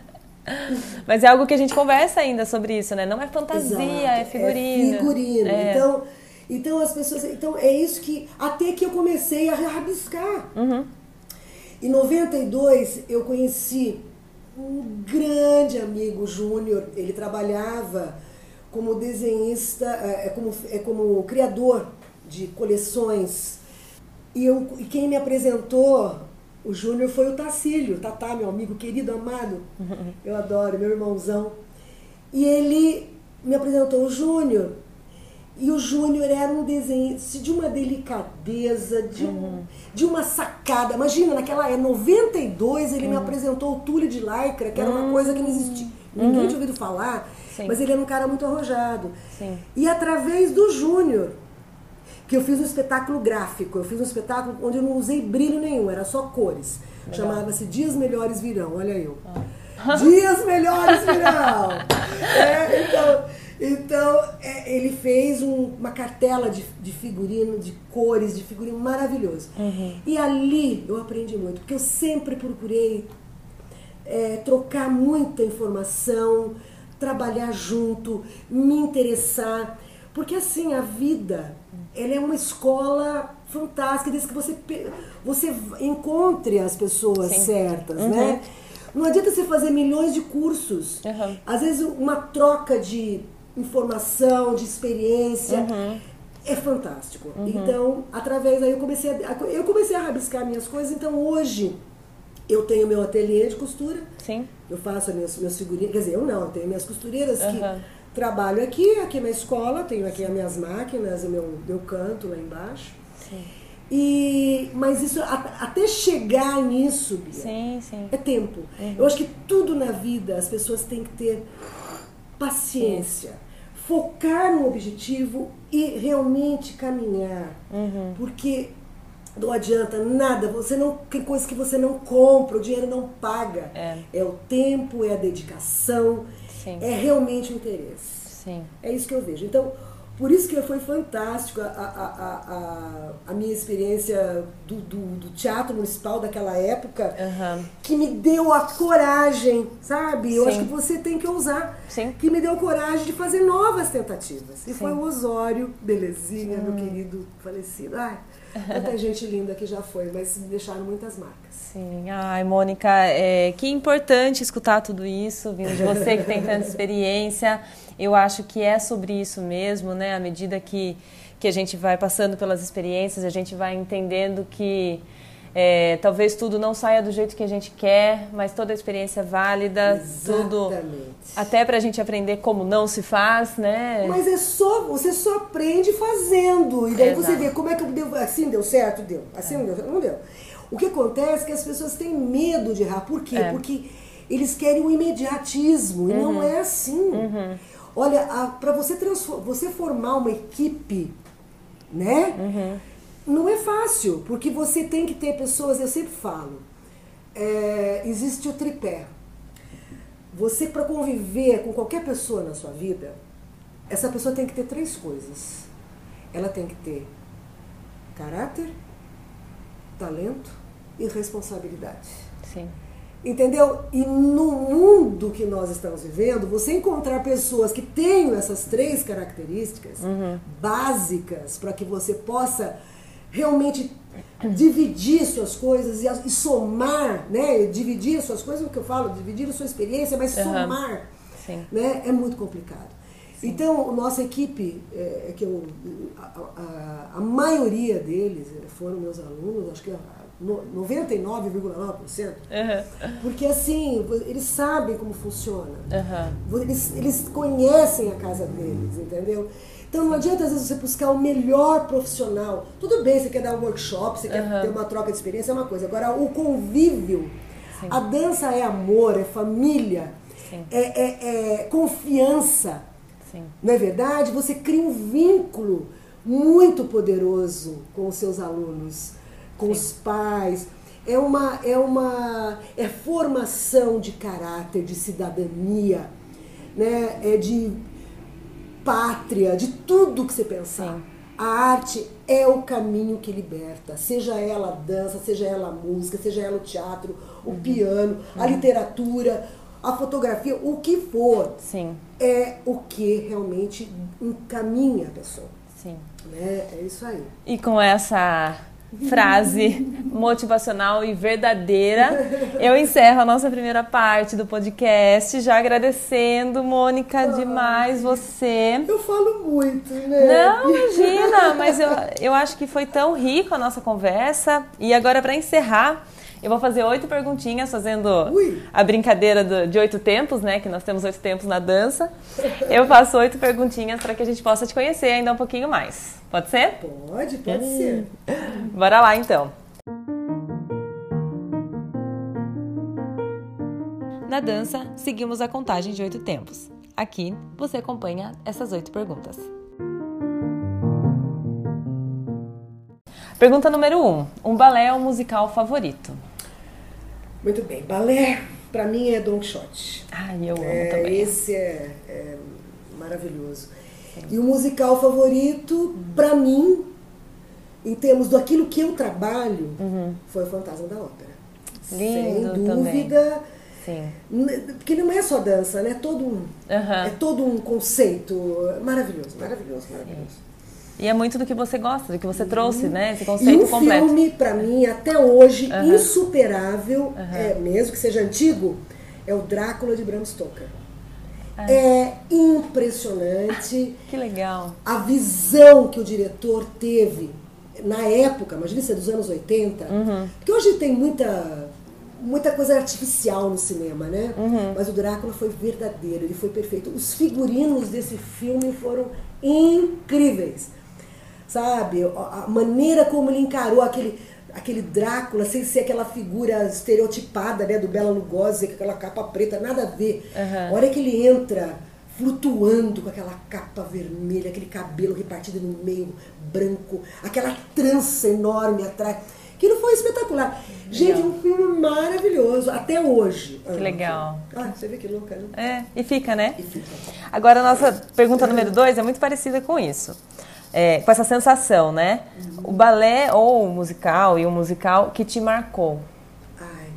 Mas é algo que a gente conversa ainda sobre isso, né? Não é fantasia, exato, é figurino. É figurino. É. Então, então as pessoas. Então é isso que. Até que eu comecei a rabiscar. Uhum. Em noventa e dois eu conheci um grande amigo, Júnior. Ele trabalhava como desenhista, é, como, é, como criador de coleções. E, eu, e quem me apresentou o Júnior foi o Tacílio, o Tatá, meu amigo querido, amado. Uhum. Eu adoro, meu irmãozão. E ele me apresentou o Júnior. E o Júnior era um desenho de uma delicadeza, de, um, uhum. de uma sacada. Imagina, naquela época, noventa e dois, ele uhum. me apresentou o Tule de Lycra, que era uma uhum. coisa que não existia. Ninguém uhum. tinha ouvido falar, sim. Mas ele era um cara muito arrojado. Sim. E através do Júnior, que eu fiz um espetáculo gráfico, eu fiz um espetáculo onde eu não usei brilho nenhum, era só cores. Chamava-se Dias Melhores Virão, olha eu. Ah. Dias Melhores Virão! É, então, então é, ele fez um, uma cartela de, de figurino, de cores, de figurino maravilhoso. Uhum. E ali eu aprendi muito, porque eu sempre procurei é, trocar muita informação, trabalhar junto, me interessar. Porque assim, a vida, ela é uma escola fantástica, desde que você, você encontre as pessoas sim. certas, uhum. né? Não adianta você fazer milhões de cursos. Uhum. Às vezes uma troca de informação, de experiência, uhum. é fantástico. Uhum. Então, através daí eu comecei a, eu comecei a rabiscar minhas coisas. Então hoje eu tenho meu ateliê de costura. Sim. Eu faço meus, meus figurinhos, quer dizer, eu não, eu tenho minhas costureiras uhum. que... Trabalho aqui, aqui na escola, tenho aqui as minhas máquinas, o meu, meu canto lá embaixo. Sim. E, mas isso, até chegar nisso, Bia, sim, sim. é tempo. Uhum. Eu acho que tudo na vida as pessoas têm que ter paciência, sim. focar no objetivo e realmente caminhar. Uhum. Porque não adianta nada, você não, tem coisas que você não compra, o dinheiro não paga. É, é o tempo, é a dedicação. Sim. É realmente o interesse. Sim. É isso que eu vejo. Então, por isso que foi fantástico a, a, a, a minha experiência do, do, do teatro municipal daquela época, uhum. que me deu a coragem, sabe? Eu sim. acho que você tem que ousar. Sim. Que me deu a coragem de fazer novas tentativas. E sim. foi o Osório, belezinha, hum. meu querido falecido. Ai, tanta gente linda que já foi, mas me deixaram muitas marcas. Sim, ai, Mônica, é, que importante escutar tudo isso, vindo de você que tem tanta experiência. Eu acho que é sobre isso mesmo, né? À medida que, que a gente vai passando pelas experiências, a gente vai entendendo que é, talvez tudo não saia do jeito que a gente quer, mas toda a experiência é válida, exatamente. Tudo, até pra gente aprender como não se faz, né? Mas é só, você só aprende fazendo, e daí exato. Você vê como é que deu, assim deu certo, deu, assim é. não deu, não deu. O que acontece é que as pessoas têm medo de errar. Por quê? É. Porque eles querem o imediatismo, e Uhum. não é assim. Uhum. Olha, para você, você formar uma equipe, né? Uhum. Não é fácil, porque você tem que ter pessoas, eu sempre falo, é, existe o tripé. Você, para conviver com qualquer pessoa na sua vida, essa pessoa tem que ter três coisas. Ela tem que ter caráter, talento e responsabilidade. Sim. Entendeu? E no mundo que nós estamos vivendo, você encontrar pessoas que tenham essas três características Uhum. básicas para que você possa realmente dividir suas coisas e, e somar, né? Dividir suas coisas, o que eu falo, dividir a sua experiência, mas Uhum. somar, Sim. né? É muito complicado. Sim. Então, nossa equipe, é, que eu, a, a, a maioria deles foram meus alunos, acho que noventa e nove vírgula nove por cento, Uhum. porque assim, eles sabem como funciona, uhum. eles, eles conhecem a casa deles, entendeu? Então não adianta às vezes você buscar o melhor profissional. Tudo bem, você quer dar um workshop, você quer uhum. ter uma troca de experiência, é uma coisa. Agora, o convívio, Sim. a dança é amor, é família, é, é, é confiança. Sim. Não é verdade? Você cria um vínculo muito poderoso com os seus alunos, com Sim. os pais. É uma, é uma é formação de caráter, de cidadania, né? É de pátria, de tudo que você pensar. Sim. A arte é o caminho que liberta, seja ela a dança, seja ela a música, seja ela o teatro, o uhum. piano, uhum. a literatura, a fotografia, o que for. Sim. É o que realmente encaminha a pessoa. Sim. Né? É isso aí. E com essa frase motivacional e verdadeira, eu encerro a nossa primeira parte do podcast, já agradecendo, Mônica, ah, demais você. Eu falo muito, né? Não, imagina, mas eu, eu acho que foi tão rico a nossa conversa. E agora, para encerrar, eu vou fazer oito perguntinhas, fazendo Ui. a brincadeira do, de oito tempos, né? Que nós temos oito tempos na dança. Eu faço oito perguntinhas para que a gente possa te conhecer ainda um pouquinho mais. Pode ser? Pode, pode hum. ser. Bora lá, então. Na dança, seguimos a contagem de oito tempos. Aqui, você acompanha essas oito perguntas. Pergunta número um. Um balé ou musical favorito? Muito bem. Balé, pra mim, é Don Quixote. Ah, eu amo é, também. Esse é, é maravilhoso. Sim. E o musical favorito, uhum. pra mim, em termos daquilo que eu trabalho, uhum. foi o Fantasma da Ópera. Lindo. Sem dúvida. Sim. Porque não é só dança, né? É todo um, uhum. é todo um conceito maravilhoso, maravilhoso, maravilhoso. Sim. E é muito do que você gosta, do que você trouxe, uhum. né? Esse conceito e um completo. filme, pra mim, até hoje, uhum. insuperável, uhum. é, mesmo que seja antigo, é o Drácula de Bram Stoker. Ah. É impressionante. Que legal. A visão que o diretor teve na época, imagina isso é dos anos oitenta, uhum. porque hoje tem muita, muita coisa artificial no cinema, né? Uhum. Mas o Drácula foi verdadeiro, ele foi perfeito. Os figurinos desse filme foram incríveis. Sabe, a maneira como ele encarou aquele, aquele Drácula, sem ser aquela figura estereotipada, né, do Bela Lugosi, com aquela capa preta, nada a ver. Uhum. A hora que ele entra flutuando com aquela capa vermelha, aquele cabelo repartido no meio, branco, aquela trança enorme atrás, aquilo foi espetacular. Legal. Gente, um filme maravilhoso, até hoje. Que legal. Ah, você vê que louca, né? É, e fica, né? E fica. Agora, a nossa pergunta número dois é muito parecida com isso. É, com essa sensação, né? Uhum. O balé ou o musical e o musical que te marcou? Ai,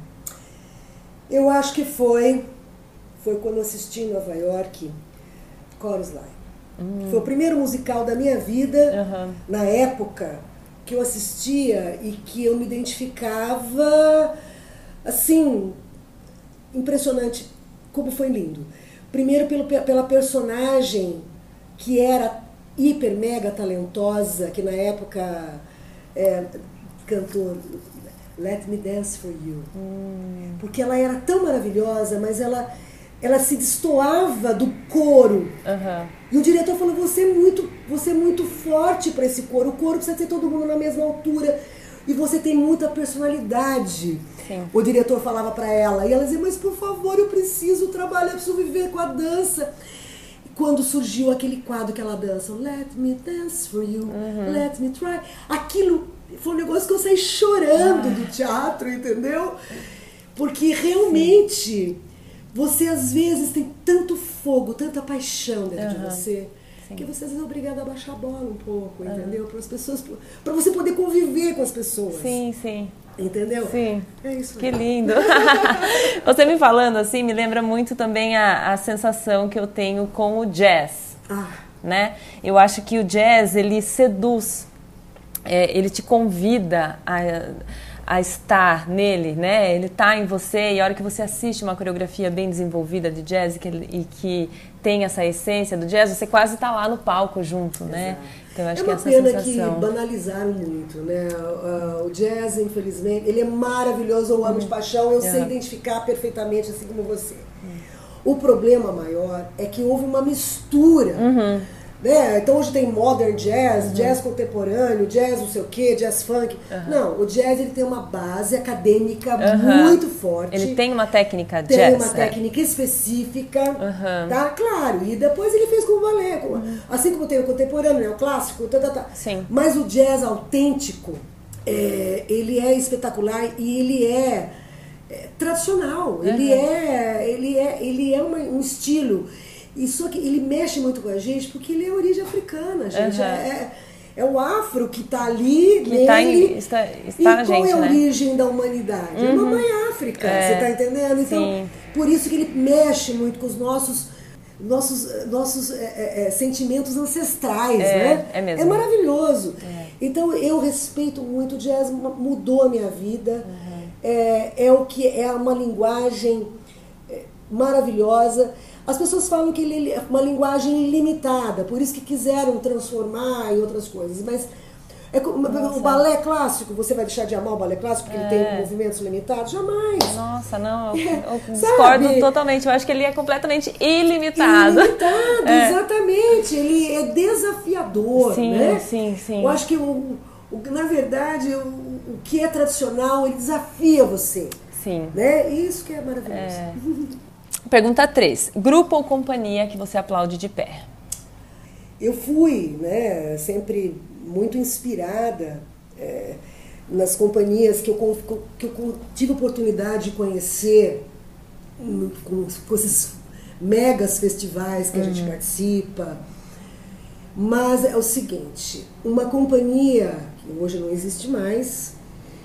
eu acho que foi, foi quando eu assisti em Nova York, Chorus Line. Uhum. Foi o primeiro musical da minha vida, uhum. na época que eu assistia e que eu me identificava, assim, impressionante, como foi lindo. Primeiro pelo, pela personagem que era hiper mega talentosa, que na época é, cantou Let Me Dance For You. Hum. Porque ela era tão maravilhosa, mas ela, ela se destoava do coro. Uhum. E o diretor falou, você é muito, você é muito forte para esse coro, o coro precisa ter todo mundo na mesma altura. e você tem muita personalidade. Sim. O diretor falava para ela, e ela dizia, mas por favor, eu preciso trabalhar, eu preciso viver com a dança. Quando surgiu aquele quadro que ela dança, Let me dance for you, uhum. Let me try. Aquilo foi um negócio que eu saí chorando ah. do teatro, entendeu? Porque realmente, sim. você às vezes tem tanto fogo, tanta paixão dentro uhum. de você, sim. que você às vezes é obrigada a baixar a bola um pouco, uhum. entendeu? Para as pessoas, para você poder conviver com as pessoas. Sim, sim. Entendeu? Sim. É isso. Que lindo. Você me falando assim, me lembra muito também a, a sensação que eu tenho com o jazz. Ah. Né? Eu acho que o jazz, ele seduz, é, ele te convida a, a estar nele, né? Ele tá em você, e a hora que você assiste uma coreografia bem desenvolvida de jazz e que, e que tem essa essência do jazz, você quase tá lá no palco junto, né? Exato. Então, eu acho é que uma essa pena sensação... que banalizaram muito, né? O, o jazz, infelizmente, ele é maravilhoso, eu amo hum. de paixão, eu é. sei identificar perfeitamente, assim como você. Hum. O problema maior é que houve uma mistura, uhum. né? Então hoje tem modern jazz, uhum. jazz contemporâneo, jazz não sei o que, jazz funk. Uhum. Não, o jazz ele tem uma base acadêmica uhum. muito forte. Ele tem uma técnica tem jazz. Tem uma é. técnica específica, uhum. tá? Claro. E depois ele fez com o balé, com, uhum. assim como tem o contemporâneo, né? O clássico, tá, tá, tá. Sim. Mas o jazz autêntico, é, ele é espetacular e ele é, é tradicional. Uhum. Ele é, ele é, ele é uma, um estilo. E só que ele mexe muito com a gente porque ele é origem africana, gente. Uhum. É, é o afro que está ali, que nele. Tá em, está, está e na qual gente, é a né? origem da humanidade? Uhum. É uma mãe África, é, você está entendendo? Então, sim. por isso que ele mexe muito com os nossos, nossos, nossos é, é, sentimentos ancestrais, é, né? É mesmo. É maravilhoso. É. Então, eu respeito muito, o jazz mudou a minha vida. Uhum. É, é, o que, é uma linguagem maravilhosa. As pessoas falam que ele é uma linguagem limitada, por isso que quiseram transformar em outras coisas. Mas é, o balé clássico, você vai deixar de amar o balé clássico porque é. ele tem movimentos limitados? Jamais. Nossa, não, eu, eu discordo Sabe? totalmente. Eu acho que ele é completamente ilimitado. Ilimitado, é. exatamente. Ele é desafiador, sim, né? Sim, sim. Eu acho que, o, o, na verdade, o, o que é tradicional, ele desafia você. Sim. Né? Isso que é maravilhoso. É. Pergunta três. Grupo ou companhia que você aplaude de pé? Eu fui, né, sempre muito inspirada é, nas companhias que eu, que eu tive oportunidade de conhecer com, com esses megas festivais que a uhum. gente participa. Mas é o seguinte, uma companhia que hoje não existe mais,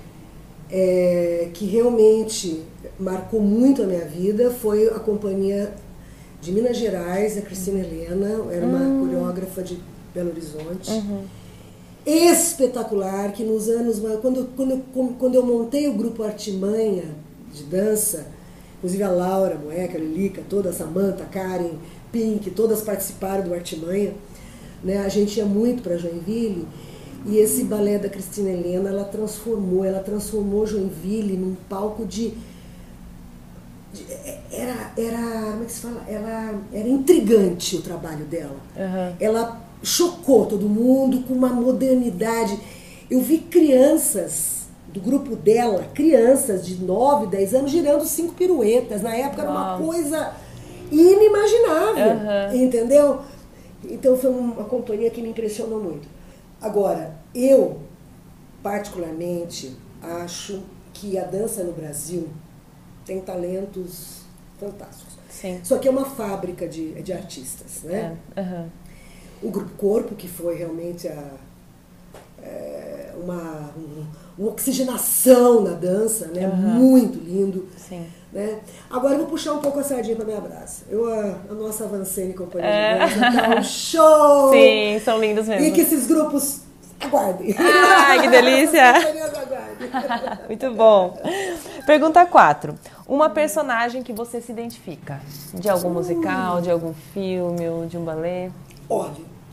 é, que realmente marcou muito a minha vida, foi a companhia de Minas Gerais, a Cristina Helena, era uma uhum. coreógrafa de Belo Horizonte. Uhum. Espetacular, que nos anos... Quando, quando, quando eu montei o grupo Artimanha de dança, inclusive a Laura Moeca, a Lilica, toda a Samantha, a Karen, Pink, todas participaram do Artimanha, né? A gente ia muito para Joinville, e esse balé da Cristina Helena, ela transformou, ela transformou Joinville num palco de... de era, era, como é que se fala? Ela, era intrigante o trabalho dela. Uhum. Ela chocou todo mundo com uma modernidade. Eu vi crianças do grupo dela, crianças de nove, dez anos, girando cinco piruetas. Na época Uau. Era uma coisa inimaginável, uhum. entendeu? Então foi uma companhia que me impressionou muito. Agora, eu, particularmente, acho que a dança no Brasil tem talentos fantásticos. Sim. Só que é uma fábrica de, de artistas, né? É. Uhum. O Grupo Corpo, que foi realmente a, é, uma, um, uma oxigenação na dança, né? Uhum. Muito lindo. Sim. Né? Agora eu vou puxar um pouco a sardinha para minha brasa. Eu, a, a nossa Avancene Companhia é. de Dança tá um show! Sim, são lindos mesmo. E que esses grupos aguardem. Ah, que delícia! Muito bom. Pergunta quatro. Uma personagem que você se identifica? De algum musical, de algum filme ou de um balé? Olha,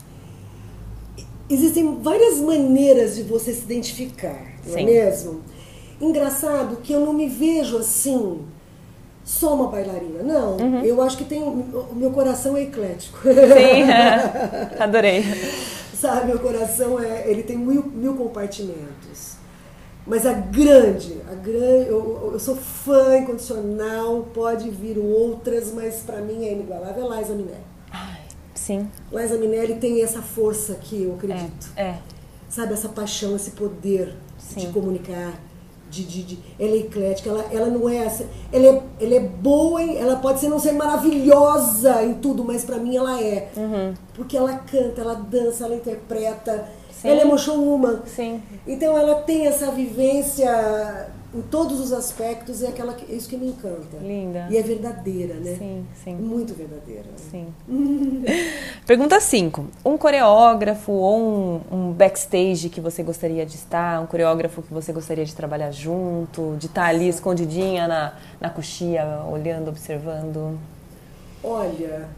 existem várias maneiras de você se identificar, não Sim. é mesmo? Engraçado que eu não me vejo assim, só uma bailarina. Não, uhum. eu acho que tem, o meu coração é eclético. Sim, é. Adorei. Sabe, meu coração é, ele tem mil, mil compartimentos. Mas a grande, a grande eu, eu sou fã incondicional, pode vir outras, mas para mim é inigualável, é Liza Minnelli. Ai, sim. Liza Minnelli tem essa força que eu acredito. É, é. Sabe, essa paixão, esse poder Sim. de comunicar. De, de, de, ela é eclética, ela, ela não é essa. Ela é, ela é boa, em, ela pode ser não ser maravilhosa em tudo, mas pra mim ela é. Uhum. Porque ela canta, ela dança, ela interpreta, Sim. ela é emotion woman. Sim. Então ela tem essa vivência em todos os aspectos, é, aquela, é isso que me encanta. Linda. E é verdadeira, né? Sim, sim. Muito verdadeira. Sim. Pergunta cinco. Um coreógrafo ou um, um backstage que você gostaria de estar, um coreógrafo que você gostaria de trabalhar junto, de estar ali escondidinha na, na coxia, olhando, observando? Olha,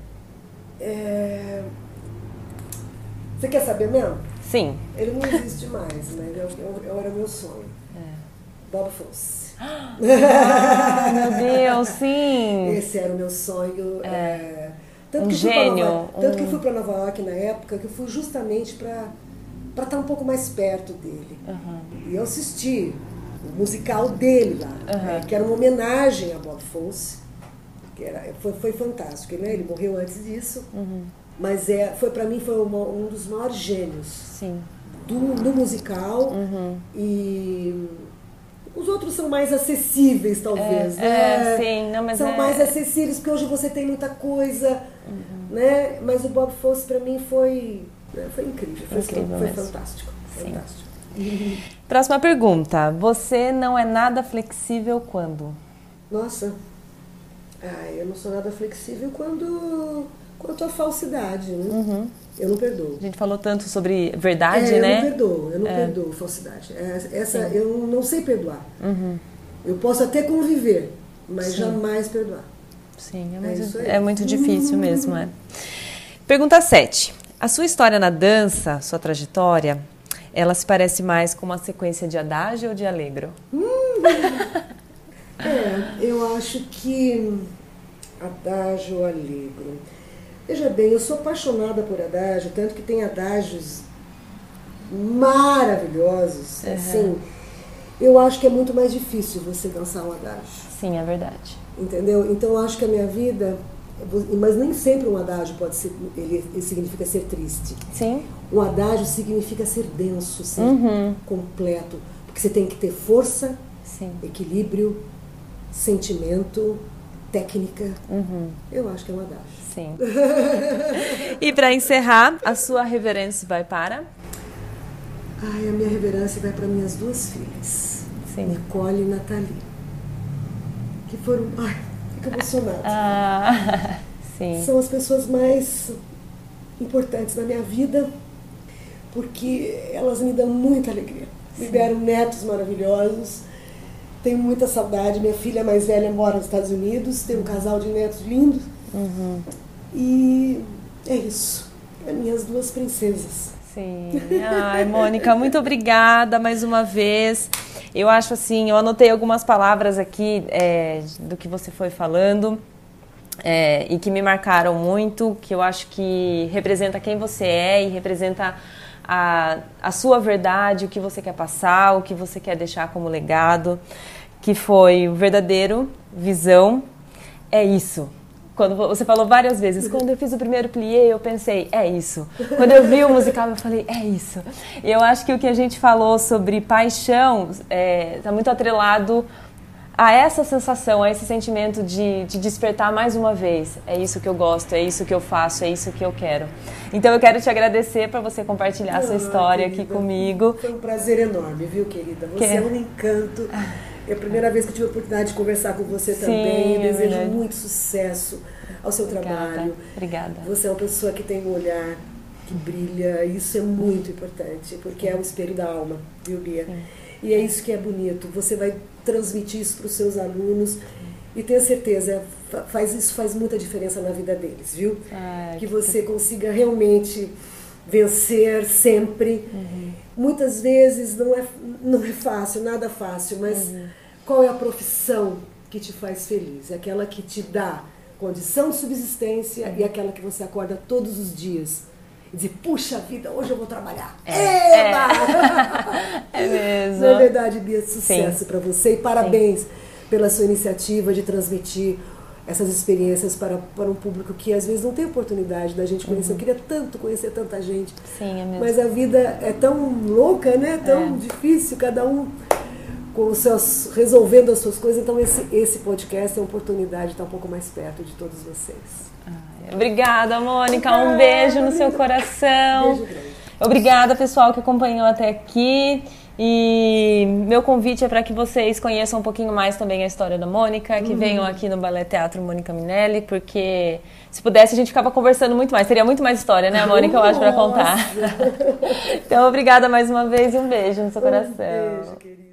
é... você quer saber mesmo? Sim. Ele não existe mais, mas eu, eu, eu era meu sonho. É. Bob Fosse. Ah, meu Deus, sim. Esse era o meu sonho. É. É... Tanto Um que fui gênio. Pra Nova... Tanto um... que eu fui para Nova York na época, que eu fui justamente para para estar um pouco mais perto dele. Uhum. E eu assisti o musical dele lá, Uhum. né, que era uma homenagem a Bob Fosse. Que era, foi, foi fantástico, né? Ele morreu antes disso. Uhum. Mas é, foi, para mim foi uma, um dos maiores gênios Sim. do, do musical. Uhum. E os outros são mais acessíveis, talvez. É, né? é, sim, não, mas são é... mais acessíveis, porque hoje você tem muita coisa, uhum. né? Mas o Bob Fosse para mim foi, né? foi incrível, foi, incrível foi mesmo. fantástico. Sim. fantástico. Próxima pergunta. Você não é nada flexível quando? Nossa, ah, eu não sou nada flexível quando quanto à falsidade, né? Uhum. Eu não perdoo. A gente falou tanto sobre verdade, é, né? Eu não perdoo, eu não é. perdoo falsidade. Essa Sim. eu não sei perdoar. Uhum. Eu posso até conviver, mas Sim. jamais perdoar. Sim, é É muito, isso aí. é muito difícil mesmo, é. Pergunta sete. A sua história na dança, sua trajetória, ela se parece mais com uma sequência de adágio ou de allegro? Hum. É, eu acho que adágio, allegro. Veja bem, eu sou apaixonada por adágio, tanto que tem adágios maravilhosos. Uhum. Assim, eu acho que é muito mais difícil você dançar um adágio. Sim, é verdade. Entendeu? Então eu acho que a minha vida, mas nem sempre um adágio pode ser, ele, ele significa ser triste. Sim. Um adágio significa ser denso, ser Uhum. completo, porque você tem que ter força, Sim. equilíbrio, sentimento, técnica. Uhum. Eu acho que é um adágio. Sim. E para encerrar, a sua reverência vai para? Ai, a minha reverência vai para minhas duas filhas, Sim. Nicole e Nathalie, que foram... Ai, fico emocionada. Ah, sim. São as pessoas mais importantes na minha vida, porque elas me dão muita alegria. Sim. Me deram netos maravilhosos, tenho muita saudade. Minha filha mais velha mora nos Estados Unidos, tem um casal de netos lindos. Uhum. E é isso, as minhas duas princesas. Sim. Ai, Mônica, muito obrigada mais uma vez. Eu acho assim, eu anotei algumas palavras aqui é, do que você foi falando é, e que me marcaram muito, que eu acho que representa quem você é e representa a, a sua verdade, o que você quer passar, o que você quer deixar como legado, que foi o verdadeiro, visão, é isso. Quando você falou várias vezes, quando eu fiz o primeiro plié, eu pensei, é isso. Quando eu vi o musical, eu falei, é isso. E eu acho que o que a gente falou sobre paixão está é, muito atrelado a essa sensação, a esse sentimento de, de despertar mais uma vez. É isso que eu gosto, é isso que eu faço, é isso que eu quero. Então eu quero te agradecer por você compartilhar a sua história querida, aqui comigo. Foi um prazer enorme, viu, querida? Você que... é um encanto. É a primeira vez que eu tive a oportunidade de conversar com você Sim, também. Eu desejo verdade. muito sucesso ao seu Obrigada. trabalho. Obrigada. Você é uma pessoa que tem um olhar que brilha. Isso é muito importante, porque é o espelho da alma, viu, Bia? Sim. E é isso que é bonito. Você vai transmitir isso para os seus alunos e tenha certeza, faz, isso faz muita diferença na vida deles, viu? Ai, que você que... consiga realmente vencer sempre. Uhum. Muitas vezes não é, não é fácil, nada fácil, mas uhum. qual é a profissão que te faz feliz? É aquela que te dá condição de subsistência uhum. e aquela que você acorda todos os dias e dizer, puxa vida, hoje eu vou trabalhar. É, Eba! é. é mesmo. Na verdade, Bia, sucesso para você e parabéns Sim. pela sua iniciativa de transmitir essas experiências para, para um público que às vezes não tem oportunidade da gente conhecer. Uhum. Eu queria tanto conhecer tanta gente. Sim, é mesmo. Mas a vida é tão louca, né? Tão é. difícil, cada um com os seus, resolvendo as suas coisas. Então esse, esse podcast é uma oportunidade de estar um pouco mais perto de todos vocês. Ai, obrigada, Mônica. Um beijo no seu coração. Beijo grande. Obrigada, pessoal, que acompanhou até aqui. E meu convite é para que vocês conheçam um pouquinho mais também a história da Mônica, que uhum. venham aqui no Ballet Teatro Mônica Minelli, porque se pudesse a gente ficava conversando muito mais, teria muito mais história, né, Mônica, eu acho, para contar. Então, obrigada mais uma vez e um beijo no seu coração. Um beijo, querida.